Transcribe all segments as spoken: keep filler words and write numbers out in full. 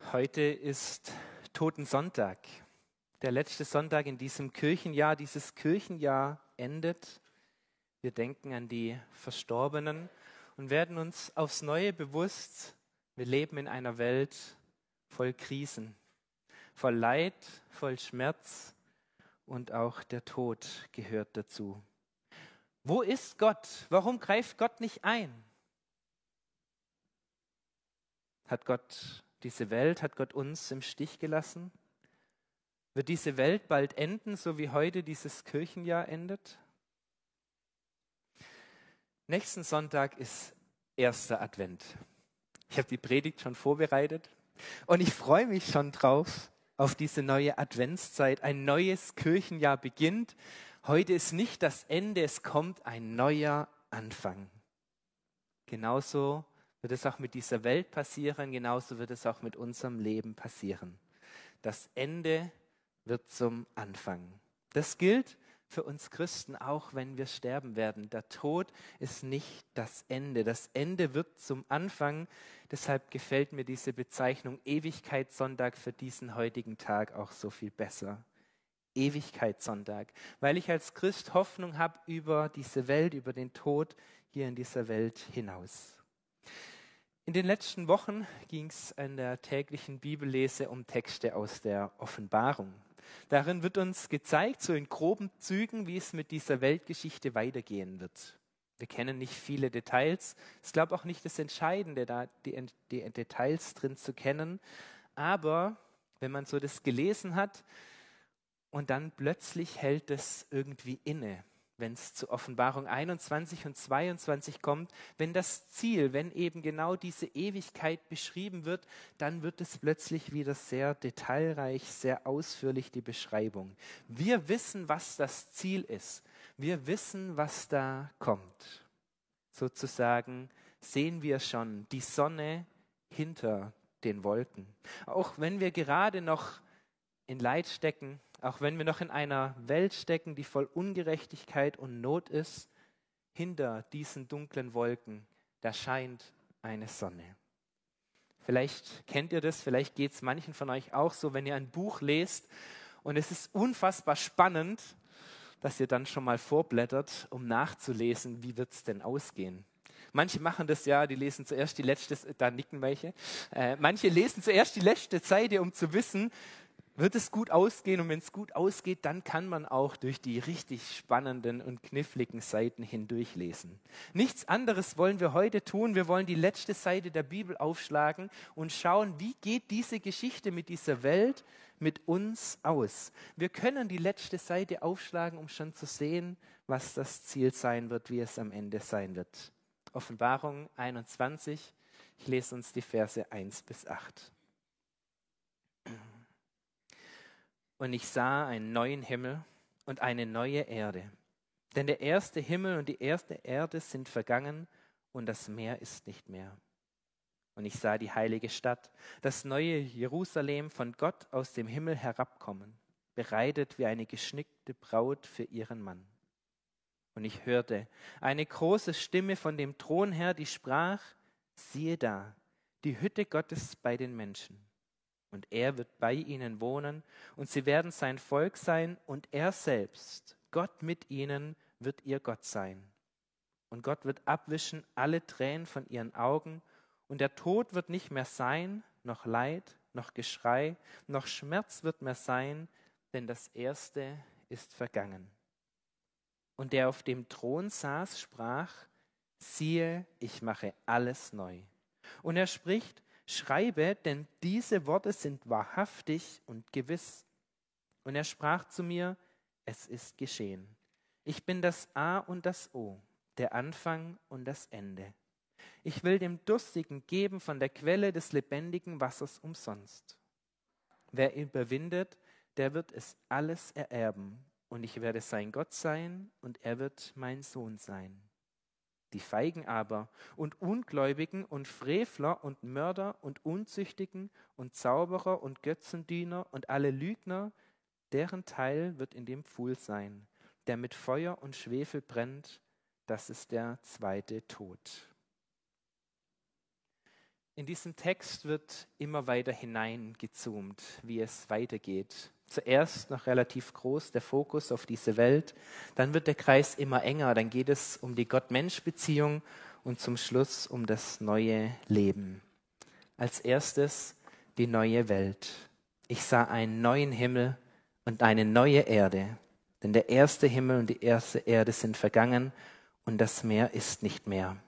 Heute ist Totensonntag, der letzte Sonntag in diesem Kirchenjahr. Dieses Kirchenjahr endet. Wir denken an die Verstorbenen und werden uns aufs Neue bewusst, wir leben in einer Welt voll Krisen, voll Leid, voll Schmerz und auch der Tod gehört dazu. Wo ist Gott? Warum greift Gott nicht ein? Hat Gott diese Welt, hat Gott uns im Stich gelassen? Wird diese Welt bald enden, so wie heute dieses Kirchenjahr endet? Nächsten Sonntag ist erster Advent. Ich habe die Predigt schon vorbereitet und ich freue mich schon drauf, auf diese neue Adventszeit. Ein neues Kirchenjahr beginnt. Heute ist nicht das Ende, es kommt ein neuer Anfang. Genauso wird es auch mit dieser Welt passieren, genauso wird es auch mit unserem Leben passieren. Das Ende wird zum Anfang. Das gilt für uns Christen auch, wenn wir sterben werden. Der Tod ist nicht das Ende. Das Ende wird zum Anfang. Deshalb gefällt mir diese Bezeichnung Ewigkeitssonntag für diesen heutigen Tag auch so viel besser. Ewigkeitssonntag, weil ich als Christ Hoffnung habe über diese Welt, über den Tod hier in dieser Welt hinaus. In den letzten Wochen ging es in der täglichen Bibellese um Texte aus der Offenbarung. Darin wird uns gezeigt, so in groben Zügen, wie es mit dieser Weltgeschichte weitergehen wird. Wir kennen nicht viele Details. Ich glaube auch nicht das Entscheidende, da die, die Details drin zu kennen. Aber wenn man so das gelesen hat und dann plötzlich hält es irgendwie inne, wenn es zu Offenbarung einundzwanzig und zweiundzwanzig kommt, wenn das Ziel, wenn eben genau diese Ewigkeit beschrieben wird, dann wird es plötzlich wieder sehr detailreich, sehr ausführlich die Beschreibung. Wir wissen, was das Ziel ist. Wir wissen, was da kommt. Sozusagen sehen wir schon die Sonne hinter den Wolken. Auch wenn wir gerade noch in Leid stecken, auch wenn wir noch in einer Welt stecken, die voll Ungerechtigkeit und Not ist, hinter diesen dunklen Wolken, da scheint eine Sonne. Vielleicht kennt ihr das, vielleicht geht es manchen von euch auch so, wenn ihr ein Buch lest und es ist unfassbar spannend, dass ihr dann schon mal vorblättert, um nachzulesen, wie wird es denn ausgehen. Manche machen das ja, die lesen zuerst die letzte, da nicken welche, äh, manche lesen zuerst die letzte Seite, um zu wissen, wird es gut ausgehen, und wenn es gut ausgeht, dann kann man auch durch die richtig spannenden und kniffligen Seiten hindurchlesen. Nichts anderes wollen wir heute tun. Wir wollen die letzte Seite der Bibel aufschlagen und schauen, wie geht diese Geschichte mit dieser Welt, mit uns aus. Wir können die letzte Seite aufschlagen, um schon zu sehen, was das Ziel sein wird, wie es am Ende sein wird. Offenbarung einundzwanzig, ich lese uns die Verse eins bis acht. Und ich sah einen neuen Himmel und eine neue Erde. Denn der erste Himmel und die erste Erde sind vergangen und das Meer ist nicht mehr. Und ich sah die heilige Stadt, das neue Jerusalem von Gott aus dem Himmel herabkommen, bereitet wie eine geschnickte Braut für ihren Mann. Und ich hörte eine große Stimme von dem Thron her, die sprach, siehe da, die Hütte Gottes bei den Menschen. Und er wird bei ihnen wohnen und sie werden sein Volk sein und er selbst, Gott mit ihnen, wird ihr Gott sein. Und Gott wird abwischen alle Tränen von ihren Augen und der Tod wird nicht mehr sein, noch Leid, noch Geschrei, noch Schmerz wird mehr sein, denn das Erste ist vergangen. Und der auf dem Thron saß, sprach, siehe, ich mache alles neu. Und er spricht, schreibe, denn diese Worte sind wahrhaftig und gewiss. Und er sprach zu mir, es ist geschehen. Ich bin das A und das O, der Anfang und das Ende. Ich will dem Durstigen geben von der Quelle des lebendigen Wassers umsonst. Wer überwindet, der wird es alles ererben. Und ich werde sein Gott sein und er wird mein Sohn sein. Die Feigen aber und Ungläubigen und Frevler und Mörder und Unzüchtigen und Zauberer und Götzendiener und alle Lügner, deren Teil wird in dem Pfuhl sein, der mit Feuer und Schwefel brennt, das ist der zweite Tod. In diesem Text wird immer weiter hineingezoomt, wie es weitergeht. Zuerst noch relativ groß der Fokus auf diese Welt, dann wird der Kreis immer enger, dann geht es um die Gott-Mensch-Beziehung und zum Schluss um das neue Leben. Als erstes die neue Welt. Ich sah einen neuen Himmel und eine neue Erde, denn der erste Himmel und die erste Erde sind vergangen und das Meer ist nicht mehr.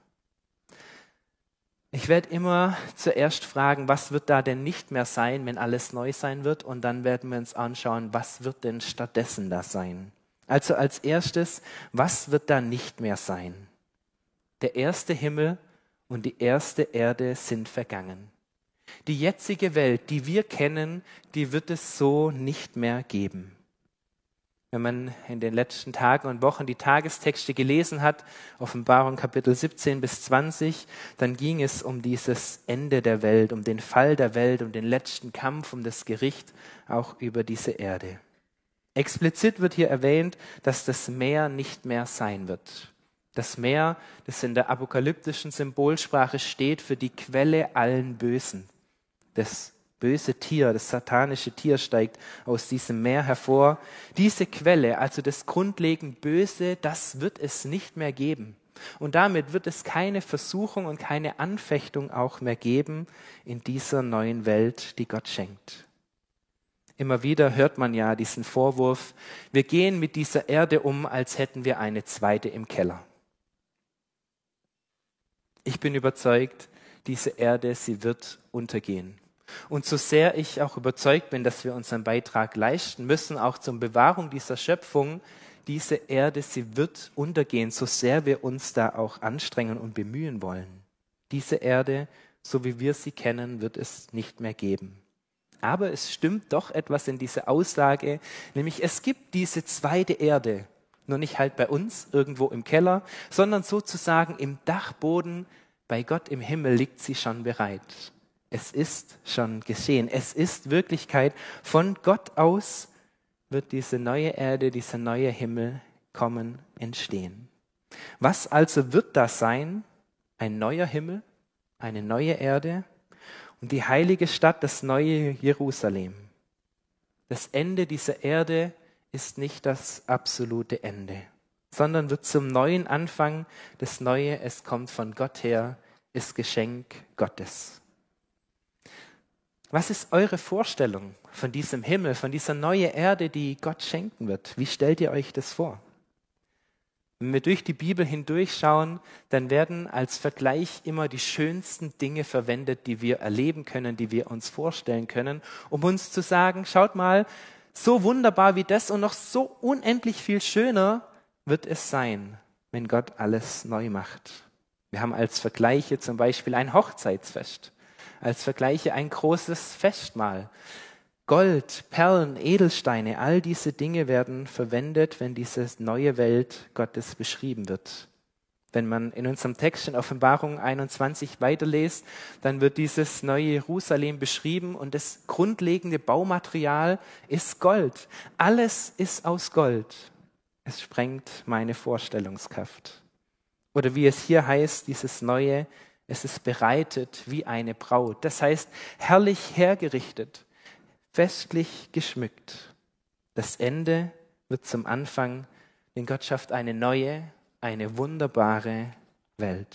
Ich werde immer zuerst fragen, was wird da denn nicht mehr sein, wenn alles neu sein wird? Und dann werden wir uns anschauen, was wird denn stattdessen da sein? Also als erstes, was wird da nicht mehr sein? Der erste Himmel und die erste Erde sind vergangen. Die jetzige Welt, die wir kennen, die wird es so nicht mehr geben. Wenn man in den letzten Tagen und Wochen die Tagestexte gelesen hat, Offenbarung Kapitel siebzehn bis zwanzig, dann ging es um dieses Ende der Welt, um den Fall der Welt, um den letzten Kampf, um das Gericht auch über diese Erde. Explizit wird hier erwähnt, dass das Meer nicht mehr sein wird. Das Meer, das in der apokalyptischen Symbolsprache steht für die Quelle allen Bösen. Das böse Tier, das satanische Tier steigt aus diesem Meer hervor. Diese Quelle, also das grundlegend Böse, das wird es nicht mehr geben. Und damit wird es keine Versuchung und keine Anfechtung auch mehr geben in dieser neuen Welt, die Gott schenkt. Immer wieder hört man ja diesen Vorwurf, wir gehen mit dieser Erde um, als hätten wir eine zweite im Keller. Ich bin überzeugt, diese Erde, sie wird untergehen. Und so sehr ich auch überzeugt bin, dass wir unseren Beitrag leisten müssen, auch zur Bewahrung dieser Schöpfung, diese Erde, sie wird untergehen, so sehr wir uns da auch anstrengen und bemühen wollen. Diese Erde, so wie wir sie kennen, wird es nicht mehr geben. Aber es stimmt doch etwas in dieser Aussage, nämlich es gibt diese zweite Erde, nur nicht halt bei uns irgendwo im Keller, sondern sozusagen im Dachboden, bei Gott im Himmel liegt sie schon bereit. Es ist schon geschehen. Es ist Wirklichkeit. Von Gott aus wird diese neue Erde, dieser neue Himmel kommen, entstehen. Was also wird das sein? Ein neuer Himmel, eine neue Erde und die heilige Stadt, das neue Jerusalem. Das Ende dieser Erde ist nicht das absolute Ende, sondern wird zum neuen Anfang. Das Neue, es kommt von Gott her, ist Geschenk Gottes. Was ist eure Vorstellung von diesem Himmel, von dieser neuen Erde, die Gott schenken wird? Wie stellt ihr euch das vor? Wenn wir durch die Bibel hindurchschauen, dann werden als Vergleich immer die schönsten Dinge verwendet, die wir erleben können, die wir uns vorstellen können, um uns zu sagen, schaut mal, so wunderbar wie das und noch so unendlich viel schöner wird es sein, wenn Gott alles neu macht. Wir haben als Vergleiche zum Beispiel ein Hochzeitsfest. Als Vergleiche ein großes Festmahl. Gold, Perlen, Edelsteine, all diese Dinge werden verwendet, wenn diese neue Welt Gottes beschrieben wird. Wenn man in unserem Text in Offenbarung einundzwanzig weiterliest, dann wird dieses neue Jerusalem beschrieben und das grundlegende Baumaterial ist Gold. Alles ist aus Gold. Es sprengt meine Vorstellungskraft. Oder wie es hier heißt, dieses neue, es ist bereitet wie eine Braut. Das heißt, herrlich hergerichtet, festlich geschmückt. Das Ende wird zum Anfang, denn Gott schafft eine neue, eine wunderbare Welt.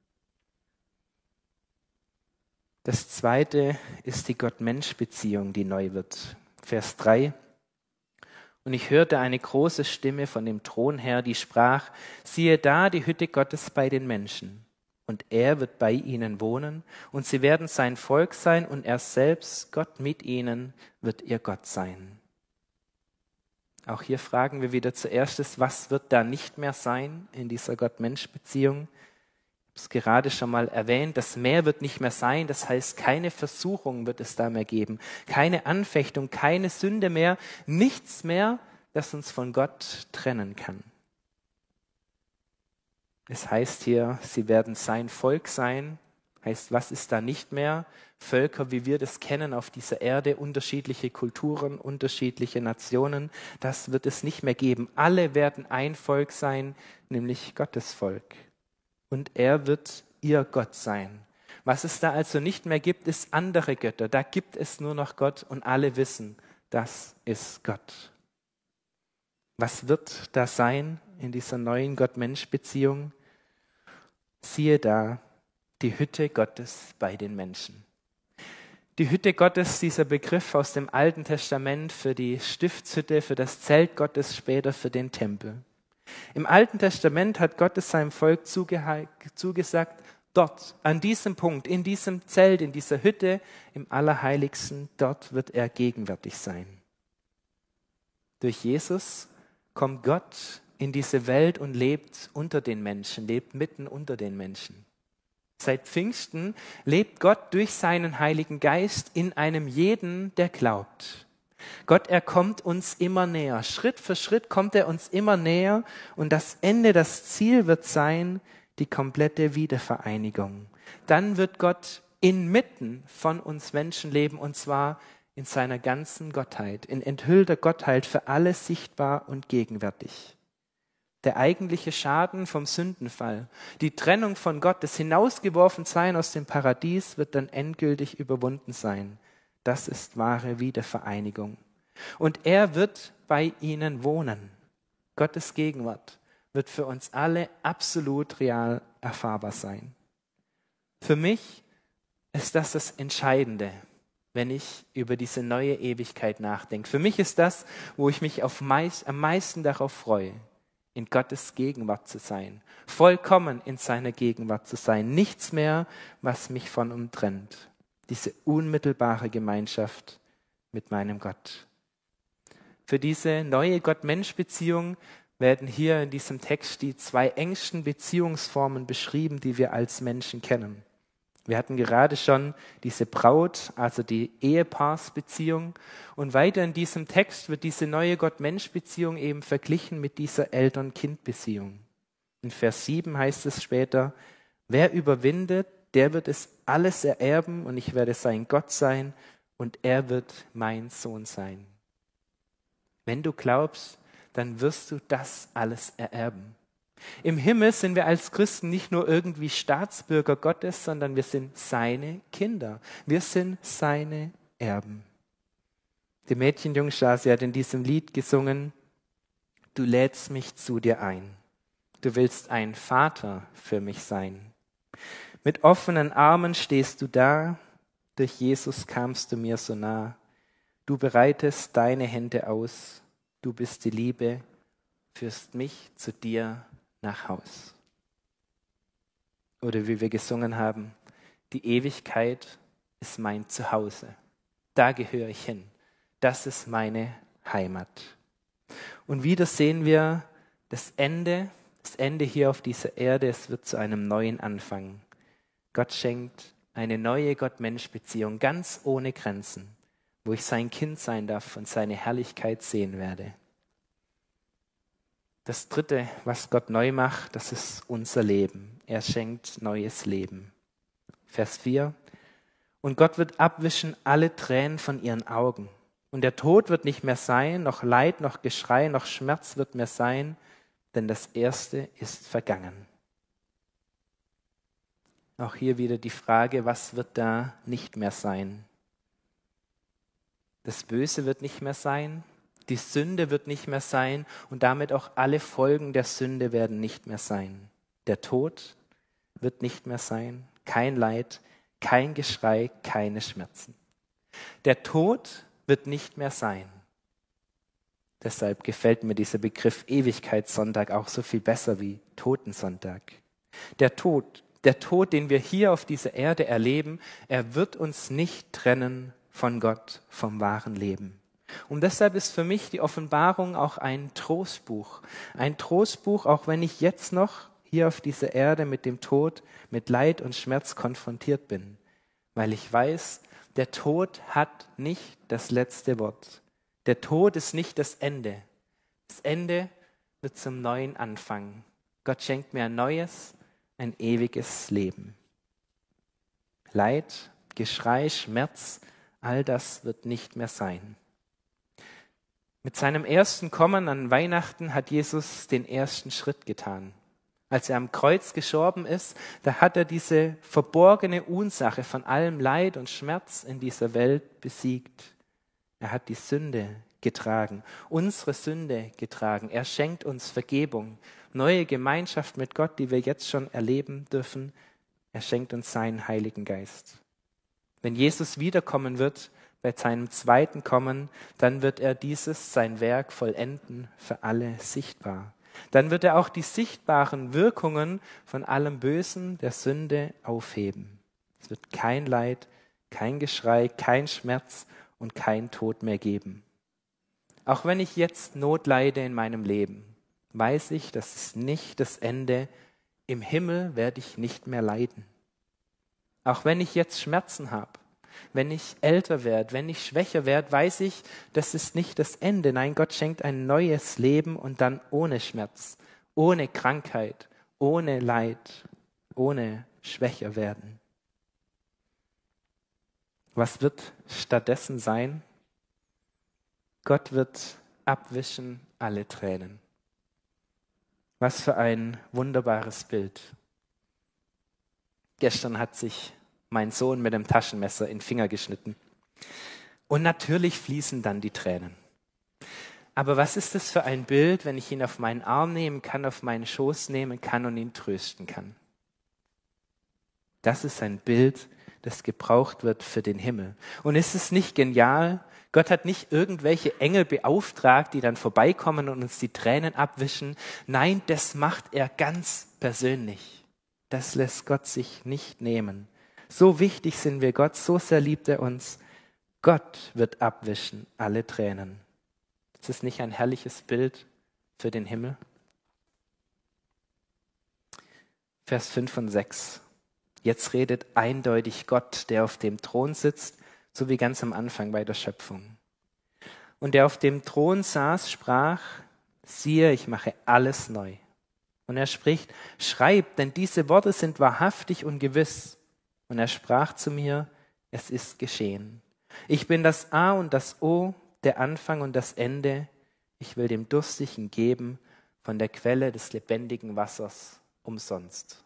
Das zweite ist die Gott-Mensch-Beziehung, die neu wird. Vers drei. Und ich hörte eine große Stimme von dem Thron her, die sprach, siehe da die Hütte Gottes bei den Menschen. Und er wird bei ihnen wohnen, und sie werden sein Volk sein, und er selbst, Gott mit ihnen, wird ihr Gott sein. Auch hier fragen wir wieder zuerst, was wird da nicht mehr sein in dieser Gott-Mensch-Beziehung? Ich habe es gerade schon mal erwähnt, das Meer wird nicht mehr sein, das heißt, keine Versuchung wird es da mehr geben, keine Anfechtung, keine Sünde mehr, nichts mehr, das uns von Gott trennen kann. Es heißt hier, sie werden sein Volk sein. Heißt, was ist da nicht mehr? Völker, wie wir das kennen auf dieser Erde, unterschiedliche Kulturen, unterschiedliche Nationen, das wird es nicht mehr geben. Alle werden ein Volk sein, nämlich Gottes Volk. Und er wird ihr Gott sein. Was es da also nicht mehr gibt, ist andere Götter. Da gibt es nur noch Gott und alle wissen, das ist Gott. Was wird da sein in dieser neuen Gott-Mensch-Beziehung? Siehe da, die Hütte Gottes bei den Menschen. Die Hütte Gottes, dieser Begriff aus dem Alten Testament für die Stiftshütte, für das Zelt Gottes, später für den Tempel. Im Alten Testament hat Gott es seinem Volk zuge- zugesagt, dort, an diesem Punkt, in diesem Zelt, in dieser Hütte, im Allerheiligsten, dort wird er gegenwärtig sein. Durch Jesus kommt Gott in diese Welt und lebt unter den Menschen, lebt mitten unter den Menschen. Seit Pfingsten lebt Gott durch seinen Heiligen Geist in einem jeden, der glaubt. Gott, er kommt uns immer näher. Schritt für Schritt kommt er uns immer näher und das Ende, das Ziel wird sein, die komplette Wiedervereinigung. Dann wird Gott inmitten von uns Menschen leben und zwar in seiner ganzen Gottheit, in enthüllter Gottheit für alle sichtbar und gegenwärtig. Der eigentliche Schaden vom Sündenfall, die Trennung von Gott, das Hinausgeworfensein aus dem Paradies wird dann endgültig überwunden sein. Das ist wahre Wiedervereinigung. Und er wird bei ihnen wohnen. Gottes Gegenwart wird für uns alle absolut real erfahrbar sein. Für mich ist das das Entscheidende, wenn ich über diese neue Ewigkeit nachdenke. Für mich ist das, wo ich mich auf meist, am meisten darauf freue, in Gottes Gegenwart zu sein, vollkommen in seiner Gegenwart zu sein, nichts mehr, was mich von ihm trennt. Diese unmittelbare Gemeinschaft mit meinem Gott. Für diese neue Gott-Mensch-Beziehung werden hier in diesem Text die zwei engsten Beziehungsformen beschrieben, die wir als Menschen kennen. Wir hatten gerade schon diese Braut, also die Ehepaarsbeziehung. Und weiter in diesem Text wird diese neue Gott-Mensch-Beziehung eben verglichen mit dieser Eltern-Kind-Beziehung. In Vers sieben heißt es später, wer überwindet, der wird es alles ererben und ich werde sein Gott sein und er wird mein Sohn sein. Wenn du glaubst, dann wirst du das alles ererben. Im Himmel sind wir als Christen nicht nur irgendwie Staatsbürger Gottes, sondern wir sind seine Kinder. Wir sind seine Erben. Die Mädchenjungschar, sie hat in diesem Lied gesungen, du lädst mich zu dir ein. Du willst ein Vater für mich sein. Mit offenen Armen stehst du da, durch Jesus kamst du mir so nah. Du bereitest deine Hände aus, du bist die Liebe, führst mich zu dir nach Haus. Oder wie wir gesungen haben, die Ewigkeit ist mein Zuhause. Da gehöre ich hin. Das ist meine Heimat. Und wieder sehen wir das Ende, das Ende hier auf dieser Erde, es wird zu einem neuen Anfang. Gott schenkt eine neue Gott-Mensch-Beziehung, ganz ohne Grenzen, wo ich sein Kind sein darf und seine Herrlichkeit sehen werde. Das Dritte, was Gott neu macht, das ist unser Leben. Er schenkt neues Leben. Vers vier. Und Gott wird abwischen alle Tränen von ihren Augen. Und der Tod wird nicht mehr sein, noch Leid, noch Geschrei, noch Schmerz wird mehr sein, denn das Erste ist vergangen. Auch hier wieder die Frage, was wird da nicht mehr sein? Das Böse wird nicht mehr sein. Die Sünde wird nicht mehr sein und damit auch alle Folgen der Sünde werden nicht mehr sein. Der Tod wird nicht mehr sein, kein Leid, kein Geschrei, keine Schmerzen. Der Tod wird nicht mehr sein. Deshalb gefällt mir dieser Begriff Ewigkeitssonntag auch so viel besser wie Totensonntag. Der Tod, der Tod, den wir hier auf dieser Erde erleben, er wird uns nicht trennen von Gott, vom wahren Leben. Und deshalb ist für mich die Offenbarung auch ein Trostbuch. Ein Trostbuch, auch wenn ich jetzt noch hier auf dieser Erde mit dem Tod, mit Leid und Schmerz konfrontiert bin. Weil ich weiß, der Tod hat nicht das letzte Wort. Der Tod ist nicht das Ende. Das Ende wird zum neuen Anfang. Gott schenkt mir ein neues, ein ewiges Leben. Leid, Geschrei, Schmerz, all das wird nicht mehr sein. Mit seinem ersten Kommen an Weihnachten hat Jesus den ersten Schritt getan. Als er am Kreuz gestorben ist, da hat er diese verborgene Ursache von allem Leid und Schmerz in dieser Welt besiegt. Er hat die Sünde getragen, unsere Sünde getragen. Er schenkt uns Vergebung, neue Gemeinschaft mit Gott, die wir jetzt schon erleben dürfen. Er schenkt uns seinen Heiligen Geist. Wenn Jesus wiederkommen wird, bei seinem zweiten Kommen, dann wird er dieses, sein Werk vollenden, für alle sichtbar. Dann wird er auch die sichtbaren Wirkungen von allem Bösen, der Sünde, aufheben. Es wird kein Leid, kein Geschrei, kein Schmerz und kein Tod mehr geben. Auch wenn ich jetzt Not leide in meinem Leben, weiß ich, das ist nicht das Ende. Im Himmel werde ich nicht mehr leiden. Auch wenn ich jetzt Schmerzen habe, wenn ich älter werde, wenn ich schwächer werde, weiß ich, das ist nicht das Ende. Nein, Gott schenkt ein neues Leben und dann ohne Schmerz, ohne Krankheit, ohne Leid, ohne schwächer werden. Was wird stattdessen sein? Gott wird abwischen alle Tränen. Was für ein wunderbares Bild. Gestern hat sich mein Sohn mit dem Taschenmesser in den Finger geschnitten. Und natürlich fließen dann die Tränen. Aber was ist das für ein Bild, wenn ich ihn auf meinen Arm nehmen kann, auf meinen Schoß nehmen kann und ihn trösten kann? Das ist ein Bild, das gebraucht wird für den Himmel. Und ist es nicht genial? Gott hat nicht irgendwelche Engel beauftragt, die dann vorbeikommen und uns die Tränen abwischen. Nein, das macht er ganz persönlich. Das lässt Gott sich nicht nehmen. So wichtig sind wir Gott, so sehr liebt er uns. Gott wird abwischen alle Tränen. Ist es nicht ein herrliches Bild für den Himmel? Vers fünf und sechs. Jetzt redet eindeutig Gott, der auf dem Thron sitzt, so wie ganz am Anfang bei der Schöpfung. Und der auf dem Thron saß, sprach, siehe, ich mache alles neu. Und er spricht, schreib, denn diese Worte sind wahrhaftig und gewiss. Und er sprach zu mir, es ist geschehen. Ich bin das A und das O, der Anfang und das Ende. Ich will dem Durstigen geben von der Quelle des lebendigen Wassers umsonst.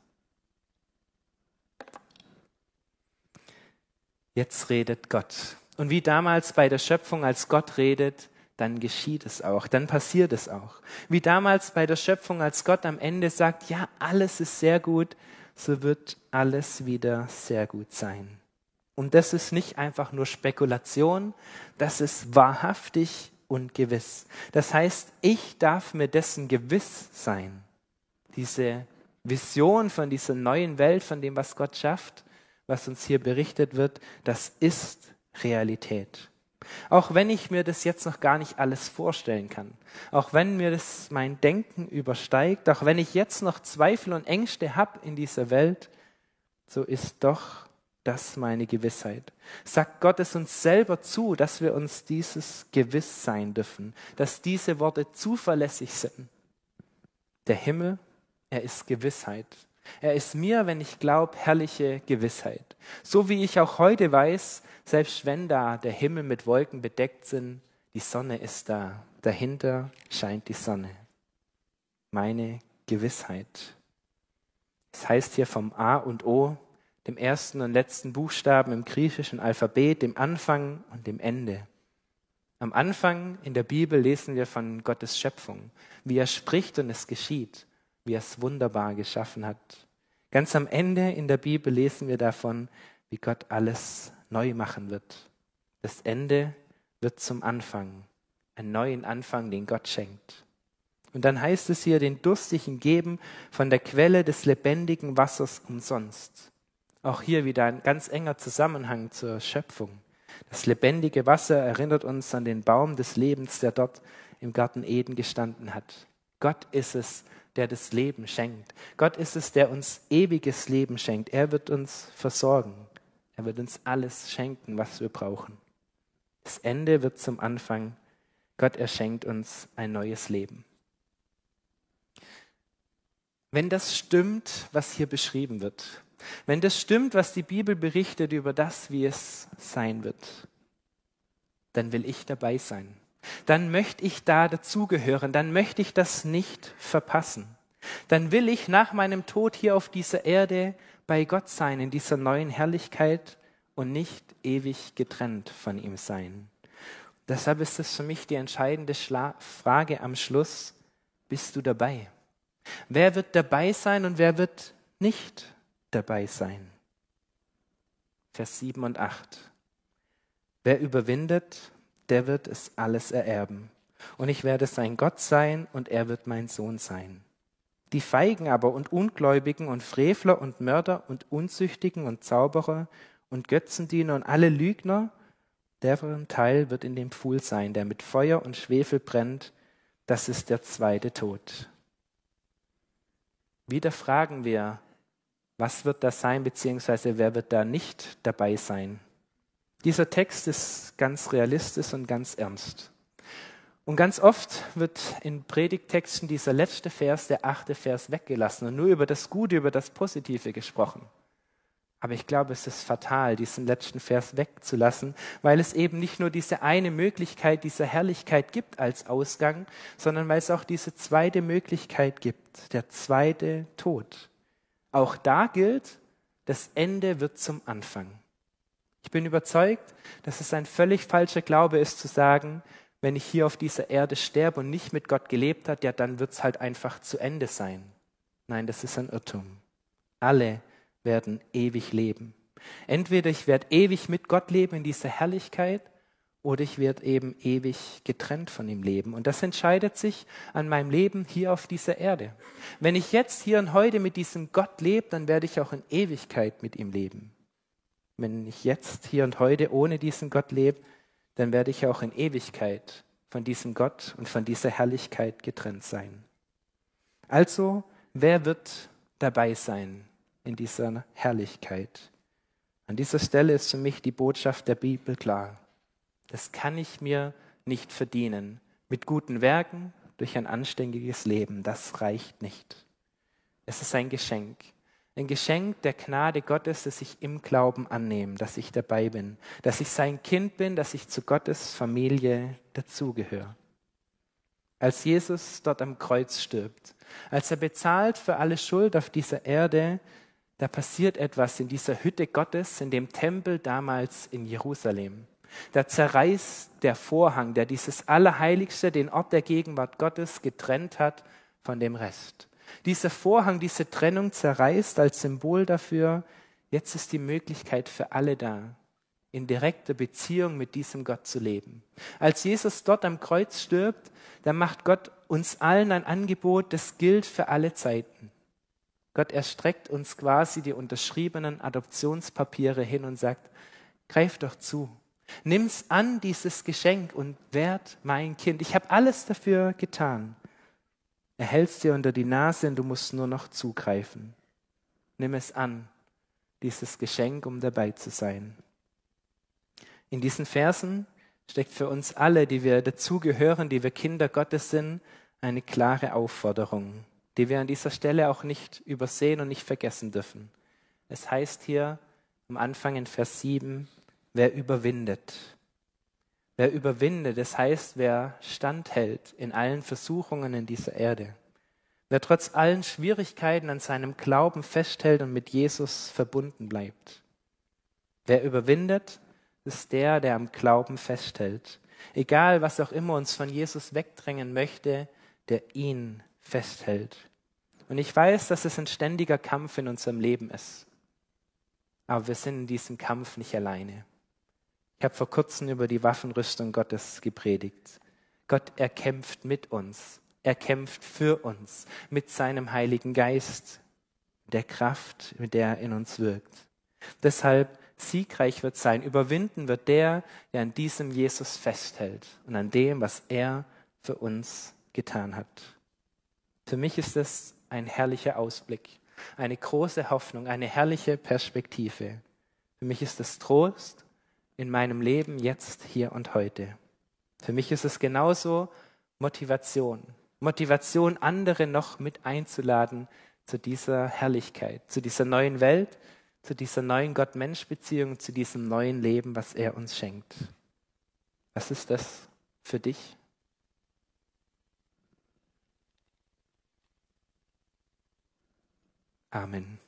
Jetzt redet Gott. Und wie damals bei der Schöpfung, als Gott redet, dann geschieht es auch, dann passiert es auch. Wie damals bei der Schöpfung, als Gott am Ende sagt, ja, alles ist sehr gut, so wird alles wieder sehr gut sein. Und das ist nicht einfach nur Spekulation, das ist wahrhaftig und gewiss. Das heißt, ich darf mir dessen gewiss sein. Diese Vision von dieser neuen Welt, von dem, was Gott schafft, was uns hier berichtet wird, das ist Realität. Auch wenn ich mir das jetzt noch gar nicht alles vorstellen kann, auch wenn mir das mein Denken übersteigt, auch wenn ich jetzt noch Zweifel und Ängste habe in dieser Welt, so ist doch das meine Gewissheit. Sagt Gott es uns selber zu, dass wir uns dieses gewiss sein dürfen, dass diese Worte zuverlässig sind. Der Himmel, er ist Gewissheit. Er ist mir, wenn ich glaube, herrliche Gewissheit. So wie ich auch heute weiß, selbst wenn da der Himmel mit Wolken bedeckt sind, die Sonne ist da. Dahinter scheint die Sonne. Meine Gewissheit. Es heißt hier vom A und O, dem ersten und letzten Buchstaben im griechischen Alphabet, dem Anfang und dem Ende. Am Anfang in der Bibel lesen wir von Gottes Schöpfung, wie er spricht und es geschieht, wie er es wunderbar geschaffen hat. Ganz am Ende in der Bibel lesen wir davon, wie Gott alles neu machen wird. Das Ende wird zum Anfang, einen neuen Anfang, den Gott schenkt. Und dann heißt es hier, den Durstigen geben von der Quelle des lebendigen Wassers umsonst. Auch hier wieder ein ganz enger Zusammenhang zur Schöpfung. Das lebendige Wasser erinnert uns an den Baum des Lebens, der dort im Garten Eden gestanden hat. Gott ist es, der das Leben schenkt. Gott ist es, der uns ewiges Leben schenkt. Er wird uns versorgen. Er wird uns alles schenken, was wir brauchen. Das Ende wird zum Anfang. Gott, er schenkt uns ein neues Leben. Wenn das stimmt, was hier beschrieben wird, wenn das stimmt, was die Bibel berichtet über das, wie es sein wird, dann will ich dabei sein. Dann möchte ich da dazugehören, dann möchte ich das nicht verpassen. dann will ich nach meinem Tod hier auf dieser Erde bei Gott sein, in dieser neuen Herrlichkeit und nicht ewig getrennt von ihm sein. Deshalb ist es für mich die entscheidende Schla- Frage am Schluss: Bist du dabei? Wer wird dabei sein und wer wird nicht dabei sein? Vers sieben und acht. Wer überwindet, der wird es alles ererben. Und ich werde sein Gott sein und er wird mein Sohn sein. Die Feigen aber und Ungläubigen und Frevler und Mörder und Unzüchtigen und Zauberer und Götzendiener und alle Lügner, deren Teil wird in dem Pfuhl sein, der mit Feuer und Schwefel brennt. Das ist der zweite Tod. Wieder fragen wir, was wird das sein, beziehungsweise wer wird da nicht dabei sein? Dieser Text ist ganz realistisch und ganz ernst. Und ganz oft wird in Predigttexten dieser letzte Vers, der achte Vers, weggelassen und nur über das Gute, über das Positive gesprochen. Aber ich glaube, es ist fatal, diesen letzten Vers wegzulassen, weil es eben nicht nur diese eine Möglichkeit dieser Herrlichkeit gibt als Ausgang, sondern weil es auch diese zweite Möglichkeit gibt, der zweite Tod. Auch da gilt, das Ende wird zum Anfang. Ich bin überzeugt, dass es ein völlig falscher Glaube ist, zu sagen, wenn ich hier auf dieser Erde sterbe und nicht mit Gott gelebt habe, ja, dann wird es halt einfach zu Ende sein. Nein, das ist ein Irrtum. Alle werden ewig leben. Entweder ich werde ewig mit Gott leben in dieser Herrlichkeit oder ich werde eben ewig getrennt von ihm leben. Und das entscheidet sich an meinem Leben hier auf dieser Erde. Wenn ich jetzt hier und heute mit diesem Gott lebe, dann werde ich auch in Ewigkeit mit ihm leben. Wenn ich jetzt hier und heute ohne diesen Gott lebe, dann werde ich auch in Ewigkeit von diesem Gott und von dieser Herrlichkeit getrennt sein. Also, wer wird dabei sein in dieser Herrlichkeit? An dieser Stelle ist für mich die Botschaft der Bibel klar. Das kann ich mir nicht verdienen. Mit guten Werken, durch ein anständiges Leben, das reicht nicht. Es ist ein Geschenk. Ein Geschenk der Gnade Gottes, das ich im Glauben annehme, dass ich dabei bin, dass ich sein Kind bin, dass ich zu Gottes Familie dazugehöre. Als Jesus dort am Kreuz stirbt, als er bezahlt für alle Schuld auf dieser Erde, da passiert etwas in dieser Hütte Gottes, in dem Tempel damals in Jerusalem. Da zerreißt der Vorhang, der dieses Allerheiligste, den Ort der Gegenwart Gottes, getrennt hat von dem Rest. Dieser Vorhang, diese Trennung zerreißt als Symbol dafür, jetzt ist die Möglichkeit für alle da, in direkter Beziehung mit diesem Gott zu leben. Als Jesus dort am Kreuz stirbt, da macht Gott uns allen ein Angebot, das gilt für alle Zeiten. Gott erstreckt uns quasi die unterschriebenen Adoptionspapiere hin und sagt, greif doch zu, nimm's an, dieses Geschenk, und werd mein Kind. Ich habe alles dafür getan. Er hält es dir unter die Nase und du musst nur noch zugreifen. Nimm es an, dieses Geschenk, um dabei zu sein. In diesen Versen steckt für uns alle, die wir dazugehören, die wir Kinder Gottes sind, eine klare Aufforderung, die wir an dieser Stelle auch nicht übersehen und nicht vergessen dürfen. Es heißt hier am Anfang in Vers sieben, wer überwindet. Wer überwindet, das heißt, wer standhält in allen Versuchungen in dieser Erde. Wer trotz allen Schwierigkeiten an seinem Glauben festhält und mit Jesus verbunden bleibt. Wer überwindet, ist der, der am Glauben festhält. Egal, was auch immer uns von Jesus wegdrängen möchte, der ihn festhält. Und ich weiß, dass es ein ständiger Kampf in unserem Leben ist. Aber wir sind in diesem Kampf nicht alleine. Ich habe vor kurzem über die Waffenrüstung Gottes gepredigt. Gott, er kämpft mit uns. Er kämpft für uns mit seinem Heiligen Geist, der Kraft, mit der er in uns wirkt. Deshalb siegreich wird sein, überwinden wird der, der an diesem Jesus festhält und an dem, was er für uns getan hat. Für mich ist es ein herrlicher Ausblick, eine große Hoffnung, eine herrliche Perspektive. Für mich ist es Trost in meinem Leben jetzt, hier und heute. Für mich ist es genauso Motivation. Motivation, andere noch mit einzuladen zu dieser Herrlichkeit, zu dieser neuen Welt, zu dieser neuen Gott-Mensch-Beziehung, zu diesem neuen Leben, was er uns schenkt. Was ist das für dich? Amen.